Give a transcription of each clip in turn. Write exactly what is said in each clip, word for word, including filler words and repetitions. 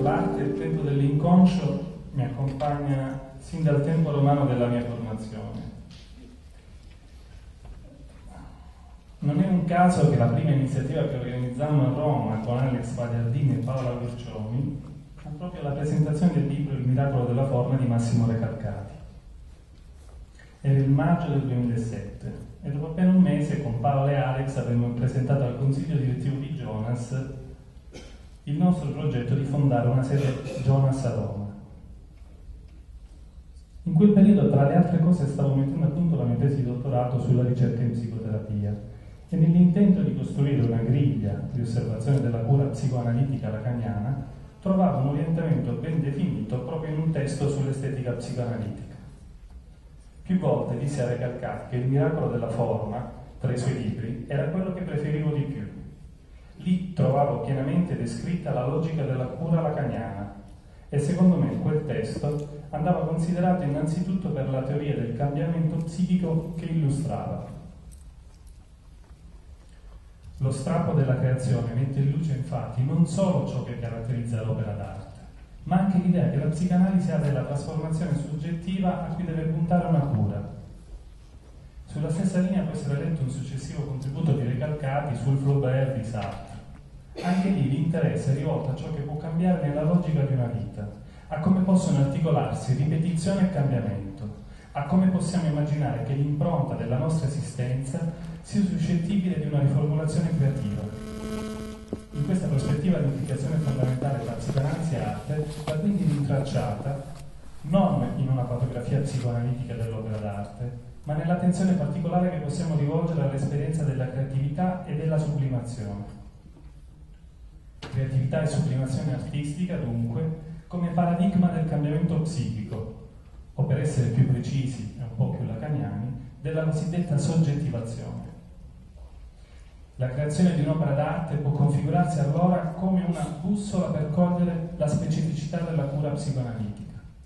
l'arte e il tempo dell'inconscio mi accompagna sin dal tempo romano della mia formazione. Non è un caso che la prima iniziativa che organizzammo a Roma con Alex Pagliardini e Paola Guercioni fu proprio la presentazione del libro Il miracolo della forma di Massimo Recalcati. Era il maggio del duemilasette e dopo appena un mese con Paola e Alex avevamo presentato al consiglio direttivo di Jonas il nostro progetto di fondare una sede Jonas a Roma. In quel periodo, tra le altre cose, stavo mettendo a punto la mia tesi di dottorato sulla ricerca in psicoterapia e nell'intento di costruire una griglia di osservazione della cura psicoanalitica lacaniana trovavo un orientamento ben definito proprio in un testo sull'estetica psicoanalitica. Più volte dissi a Recalcati che Il miracolo della forma, tra i suoi libri, era quello che preferivo di più. Lì trovavo pienamente descritta la logica della cura lacaniana e secondo me quel testo andava considerato innanzitutto per la teoria del cambiamento psichico che illustrava. Lo strappo della creazione mette in luce infatti non solo ciò che caratterizza l'opera d'arte, ma anche l'idea che la psicanalisi ha della trasformazione soggettiva a cui deve puntare una cura. Sulla stessa linea può essere letto un successivo contributo di Recalcati sul Flaubert di Sartre. Anche lì l'interesse è rivolto a ciò che può cambiare nella logica di una vita, a come possono articolarsi ripetizione e cambiamento, a come possiamo immaginare che l'impronta della nostra esistenza sia suscettibile di una riformulazione creativa. In questa prospettiva l'implicazione fondamentale tra psicanalisi e arte va quindi rintracciata non in una fotografia psicoanalitica dell'opera d'arte, ma nell'attenzione particolare che possiamo rivolgere all'esperienza della creatività e della sublimazione. Creatività e sublimazione artistica, dunque, come paradigma del cambiamento psichico, o per essere più precisi e un po' più lacaniani, della cosiddetta soggettivazione. La creazione di un'opera d'arte può configurarsi allora come una bussola per cogliere la specificità della cura psicoanalitica.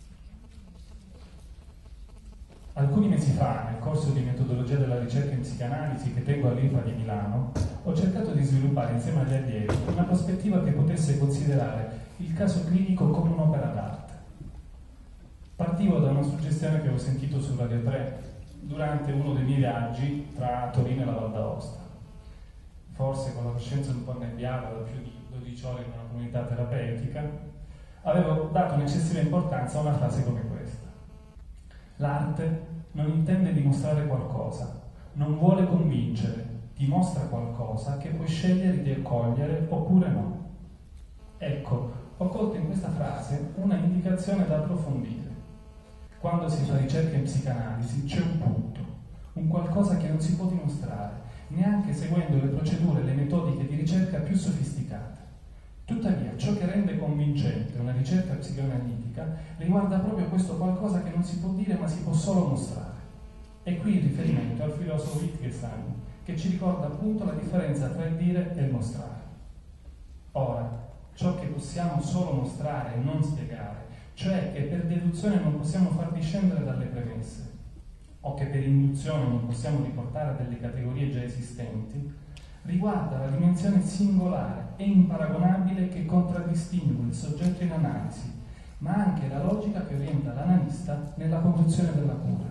Alcuni mesi fa, nel corso di metodologia della ricerca in psicanalisi che tengo all'I F A di Milano, ho cercato di sviluppare insieme agli allievi una prospettiva che potesse considerare il caso clinico come un'opera d'arte. Partivo da una suggestione che ho sentito su Radio tre durante uno dei miei viaggi tra Torino e la Val d'Aosta. Forse con la coscienza un po' annebbiata da più di dodici ore in una comunità terapeutica, avevo dato un'eccessiva importanza a una frase come questa. L'arte non intende dimostrare qualcosa, non vuole convincere, dimostra qualcosa che puoi scegliere di accogliere oppure no. Ecco, ho colto in questa frase una indicazione da approfondire. Quando si fa ricerca in psicanalisi c'è un punto, un qualcosa che non si può dimostrare, neanche seguendo le procedure e le metodiche di ricerca più sofisticate. Tuttavia, ciò che rende convincente una ricerca psicoanalitica riguarda proprio questo qualcosa che non si può dire ma si può solo mostrare. E qui il riferimento al filosofo Wittgenstein, che ci ricorda appunto la differenza tra il dire e il mostrare. Ora, ciò che possiamo solo mostrare e non spiegare, cioè che per deduzione non possiamo far discendere dalle premesse, o che per induzione non possiamo riportare a delle categorie già esistenti, riguarda la dimensione singolare e imparagonabile che contraddistingue il soggetto in analisi, ma anche la logica che orienta l'analista nella conduzione della cura.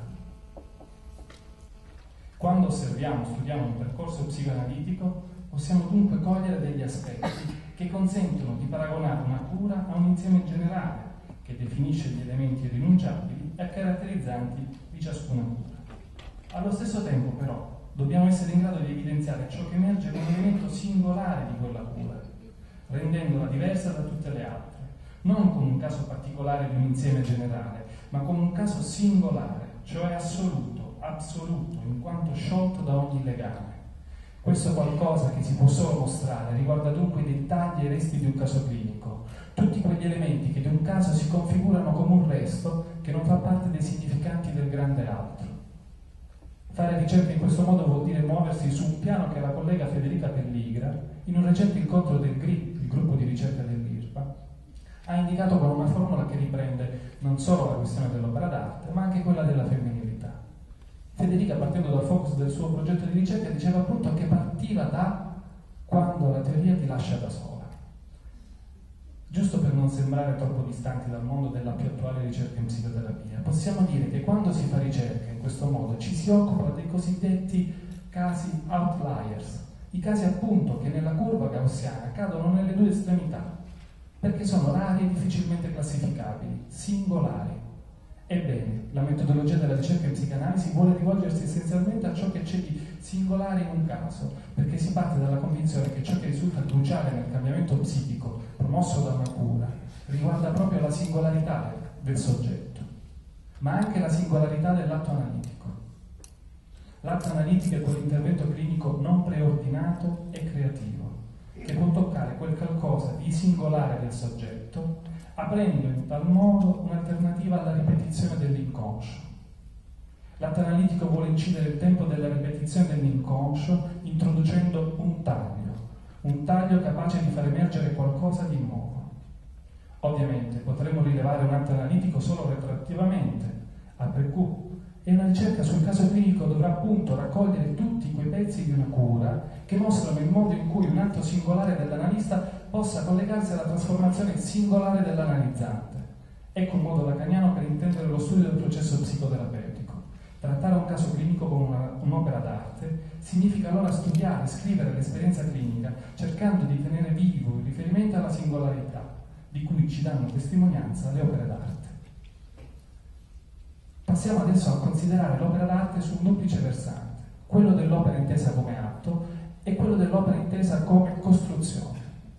Quando osserviamo, studiamo un percorso psicoanalitico, possiamo dunque cogliere degli aspetti che consentono di paragonare una cura a un insieme generale che definisce gli elementi irrinunciabili e caratterizzanti di ciascuna cura. Allo stesso tempo, però, dobbiamo essere in grado di evidenziare ciò che emerge come elemento singolare di quella cura, rendendola diversa da tutte le altre, non come un caso particolare di un insieme generale, ma come un caso singolare, cioè assoluto, assoluto, in quanto sciolto da ogni legame. Questo qualcosa che si può solo mostrare riguarda dunque i dettagli e i resti di un caso clinico, tutti quegli elementi che di un caso si configurano come un resto che non fa parte dei significanti del grande altro. Fare ricerca in questo modo vuol dire muoversi su un piano che la collega Federica Pelligra, in un recente incontro del G R I, il gruppo di ricerca dell'I R P A, ha indicato con una formula che riprende non solo la questione dell'opera d'arte, ma anche quella della femminilità. Federica, partendo dal focus del suo progetto di ricerca, diceva appunto che partiva da quando la teoria ti lascia da sola. giusto per non sembrare troppo distanti dal mondo della più attuale ricerca in psicoterapia, possiamo dire che quando si fa ricerca in questo modo ci si occupa dei cosiddetti casi outliers, i casi appunto che nella curva gaussiana cadono nelle due estremità, perché sono rari e difficilmente classificabili, singolari. Ebbene, la metodologia della ricerca in psicanalisi vuole rivolgersi essenzialmente a ciò che c'è di singolare in un caso, perché si parte dalla convinzione che ciò che risulta cruciale nel cambiamento psichico promosso da una cura riguarda proprio la singolarità del soggetto, ma anche la singolarità dell'atto analitico. L'atto analitico è quell'intervento clinico non preordinato e creativo, che può toccare quel qualcosa di singolare del soggetto, aprendo in tal modo un'alternativa alla ripetizione dell'inconscio. L'atto analitico vuole incidere il tempo della ripetizione dell'inconscio introducendo un taglio, un taglio capace di far emergere qualcosa di nuovo. Ovviamente potremmo rilevare un atto analitico solo retroattivamente, après coup, e una ricerca sul caso clinico dovrà appunto raccogliere tutti quei pezzi di una cura che mostrano il modo in cui un atto singolare dell'analista possa collegarsi alla trasformazione singolare dell'analizzante. Ecco un modo lacaniano per intendere lo studio del processo psicoterapeutico. Trattare un caso clinico come una, un'opera d'arte significa allora studiare e scrivere l'esperienza clinica cercando di tenere vivo il riferimento alla singolarità di cui ci danno testimonianza le opere d'arte. Passiamo adesso a considerare l'opera d'arte su un duplice versante, quello dell'opera intesa come atto e quello dell'opera intesa come costruzione.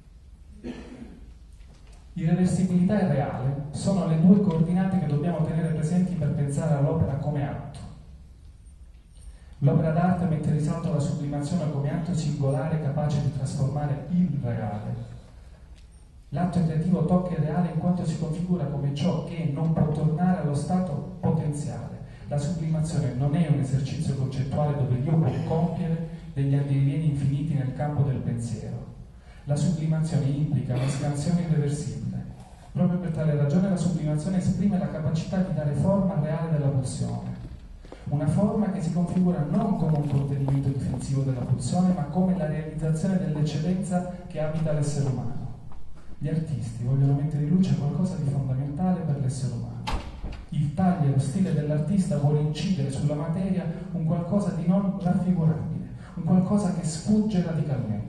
Irreversibilità e reale sono le due coordinate che dobbiamo tenere presenti per pensare all'opera come atto. L'opera d'arte mette in risalto la sublimazione come atto singolare capace di trasformare il reale. L'atto creativo tocca il reale in quanto si configura come ciò che non può tornare allo stato potenziale. La sublimazione non è un esercizio concettuale dove Dio può compiere degli andirivieni infiniti nel campo del pensiero. La sublimazione implica una scansione irreversibile. Proprio per tale ragione la sublimazione esprime la capacità di dare forma al reale della pulsione. Una forma che si configura non come un contenimento difensivo della pulsione, ma come la realizzazione dell'eccellenza che abita l'essere umano. Gli artisti vogliono mettere in luce qualcosa di fondamentale per l'essere umano. Il taglio e lo stile dell'artista vuole incidere sulla materia un qualcosa di non raffigurabile, un qualcosa che sfugge radicalmente.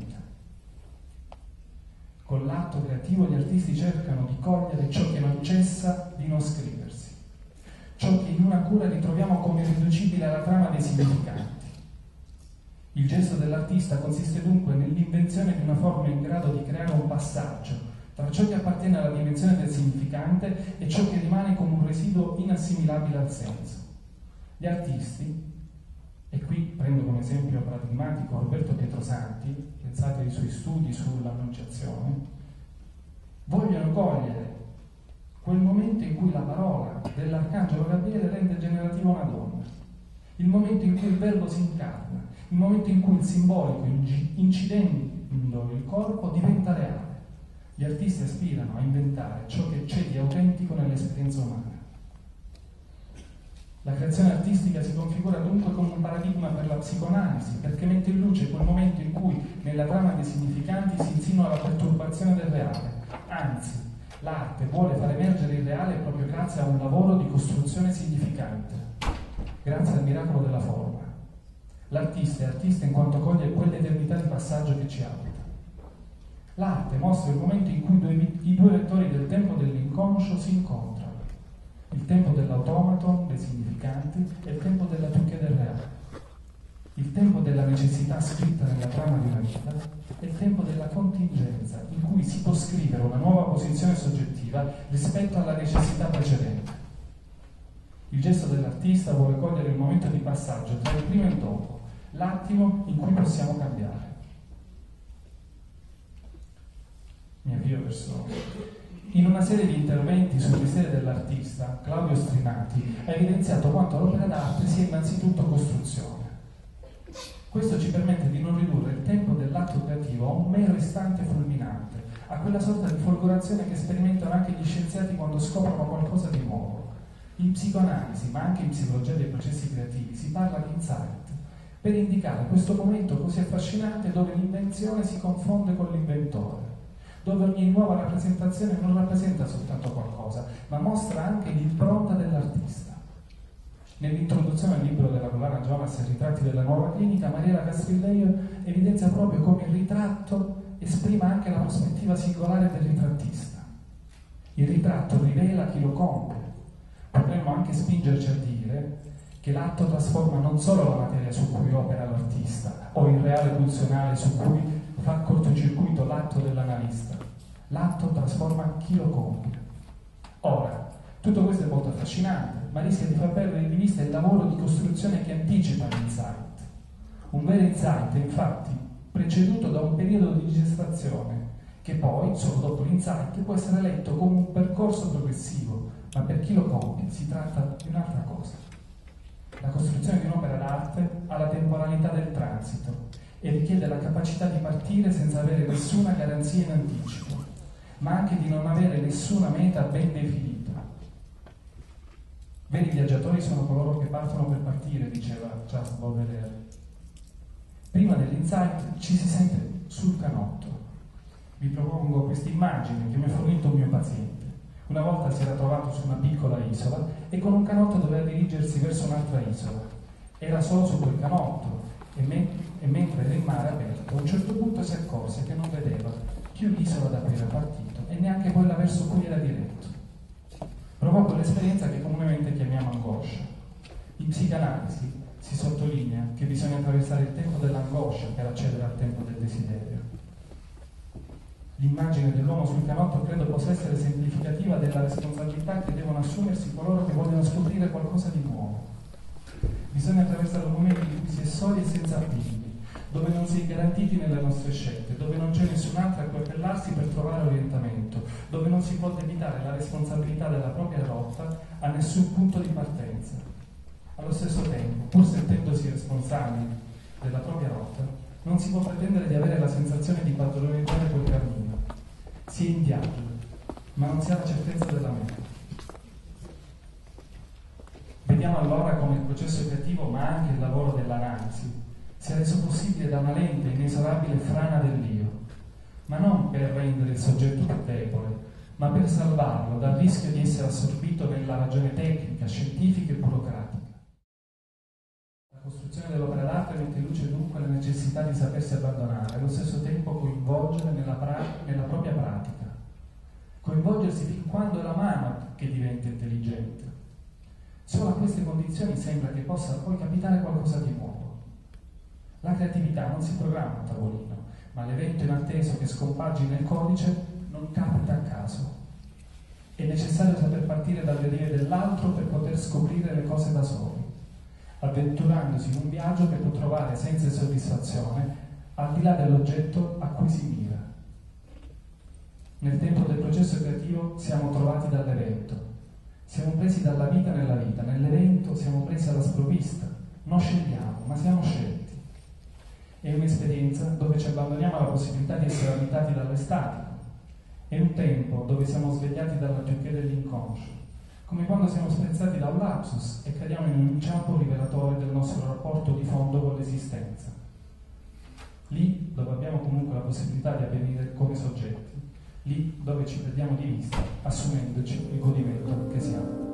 Con l'atto creativo gli artisti cercano di cogliere ciò che non cessa di non scriversi, ciò che in una cura ritroviamo come irriducibile alla trama dei significanti. Il gesto dell'artista consiste dunque nell'invenzione di una forma in grado di creare un passaggio tra ciò che appartiene alla dimensione del significante e ciò che rimane come un residuo inassimilabile al senso. Gli artisti, e qui prendo come esempio paradigmatico Roberto Pietrosanti, pensate ai suoi studi sull'annunciazione, vogliono cogliere quel momento in cui la parola dell'arcangelo Gabriele rende generativa una donna, il momento in cui il verbo si incarna, il momento in cui il simbolico, incidendo il corpo, diventa reale. Gli artisti aspirano a inventare ciò che c'è di autentico nell'esperienza umana. La creazione artistica si configura dunque come un paradigma per la psicoanalisi, perché mette in luce quel momento in cui nella trama dei significanti si insinua la perturbazione del reale. Anzi, l'arte vuole far emergere il reale proprio grazie a un lavoro di costruzione significante, grazie al miracolo della forma. L'artista è artista in quanto coglie quell'eternità di passaggio che ci abita. L'arte mostra il momento in cui due, i due vettori del tempo dell'inconscio si incontrano, il tempo dell'automaton, dei significanti, e il tempo della trucche del reale, il tempo della necessità scritta nella trama di una vita e il tempo della contingenza, in cui si può scrivere una nuova posizione soggettiva rispetto alla necessità precedente. Il gesto dell'artista vuole cogliere il momento di passaggio tra il prima e il dopo, l'attimo in cui possiamo cambiare. Mi avvio verso... In una serie di interventi sul mestiere dell'artista, Claudio Strinati ha evidenziato quanto l'opera d'arte sia innanzitutto costruzione. Questo ci permette di non ridurre il tempo dell'atto creativo a un mero istante fulminante, a quella sorta di folgorazione che sperimentano anche gli scienziati quando scoprono qualcosa di nuovo. In psicoanalisi, ma anche in psicologia dei processi creativi, si parla di insight, per indicare questo momento così affascinante dove l'invenzione si confonde con l'inventore, dove ogni nuova rappresentazione non rappresenta soltanto qualcosa, ma mostra anche l'impronta dell'artista. Nell'introduzione al libro della collana Jonas, Ritratti della nuova clinica, Mariela Castrillejo evidenzia proprio come il ritratto esprima anche la prospettiva singolare del ritrattista. Il ritratto rivela chi lo compie. Potremmo anche spingerci a dire che l'atto trasforma non solo la materia su cui opera l'artista o il reale funzionale su cui fa cortocircuito l'atto dell'analista, l'atto trasforma chi lo compie. Ora, tutto questo è molto affascinante, ma rischia di far perdere di vista il lavoro di costruzione che anticipa l'insight. Un vero insight è infatti preceduto da un periodo di gestazione, che poi, solo dopo l'insight, può essere letto come un percorso progressivo, ma per chi lo compie si tratta di un'altra cosa. La costruzione di un'opera d'arte ha la temporalità del transito e richiede la capacità di partire senza avere nessuna garanzia in anticipo, ma anche di non avere nessuna meta ben definita. Veri viaggiatori sono coloro che partono per partire, diceva Charles Baudelaire. Prima dell'insight ci si sente sul canotto. Vi propongo questa immagine che mi ha fornito un mio paziente. Una volta si era trovato su una piccola isola e con un canotto doveva dirigersi verso un'altra isola. Era solo su quel canotto e, me- e mentre era in mare aperto, a un certo punto si accorse che non vedeva più l'isola da cui era partito e neanche quella verso cui era diretto. Provò quell'esperienza che comunemente chiamiamo angoscia. In psicanalisi si sottolinea che bisogna attraversare il tempo dell'angoscia per accedere al tempo del desiderio. L'immagine dell'uomo sul canotto credo possa essere semplificativa della responsabilità che devono assumersi coloro che vogliono scoprire qualcosa di nuovo. Bisogna attraversare un momento in cui si è soli e senza appigli, dove non si è garantiti nelle nostre scelte, dove non c'è nessun altro a cui appellarsi per trovare orientamento, dove non si può debitare la responsabilità della propria rotta a nessun punto di partenza. Allo stesso tempo, pur sentendosi responsabili della propria rotta, non si può pretendere di avere la sensazione di padroneggiare quel cammino. Si è in viaggio, ma non si ha la certezza della meta. Vediamo allora come il processo creativo, ma anche il lavoro dell'analisi, sia reso possibile da una lente inesorabile frana dell'io, ma non per rendere il soggetto più debole, ma per salvarlo dal rischio di essere assorbito nella ragione tecnica, scientifica e burocratica. La costruzione dell'opera d'arte mette in luce dunque la necessità di sapersi abbandonare e allo stesso tempo coinvolgere nella, pra- nella propria pratica. Coinvolgersi fin quando è la mano che diventa intelligente. Solo a queste condizioni sembra che possa poi capitare qualcosa di nuovo. La creatività non si programma a tavolino, ma l'evento inatteso che scompagina il codice non capita a caso. È necessario saper partire dalle rive dell'altro per poter scoprire le cose da soli, avventurandosi in un viaggio che può trovare senso e soddisfazione al di là dell'oggetto a cui si mira. Nel tempo del processo creativo siamo trovati dall'evento, siamo presi dalla vita nella vita, nell'evento siamo presi alla sprovvista, non scegliamo, ma siamo scelti. È un'esperienza dove ci abbandoniamo alla possibilità di essere abitati dall'estatico. È un tempo dove siamo svegliati dalla piucchia dell'inconscio, come quando siamo spezzati da un lapsus e cadiamo in un inciampo rivelatore del nostro rapporto di fondo con l'esistenza. Lì dove abbiamo comunque la possibilità di avvenire come soggetti, lì dove ci perdiamo di vista, assumendoci il godimento che siamo.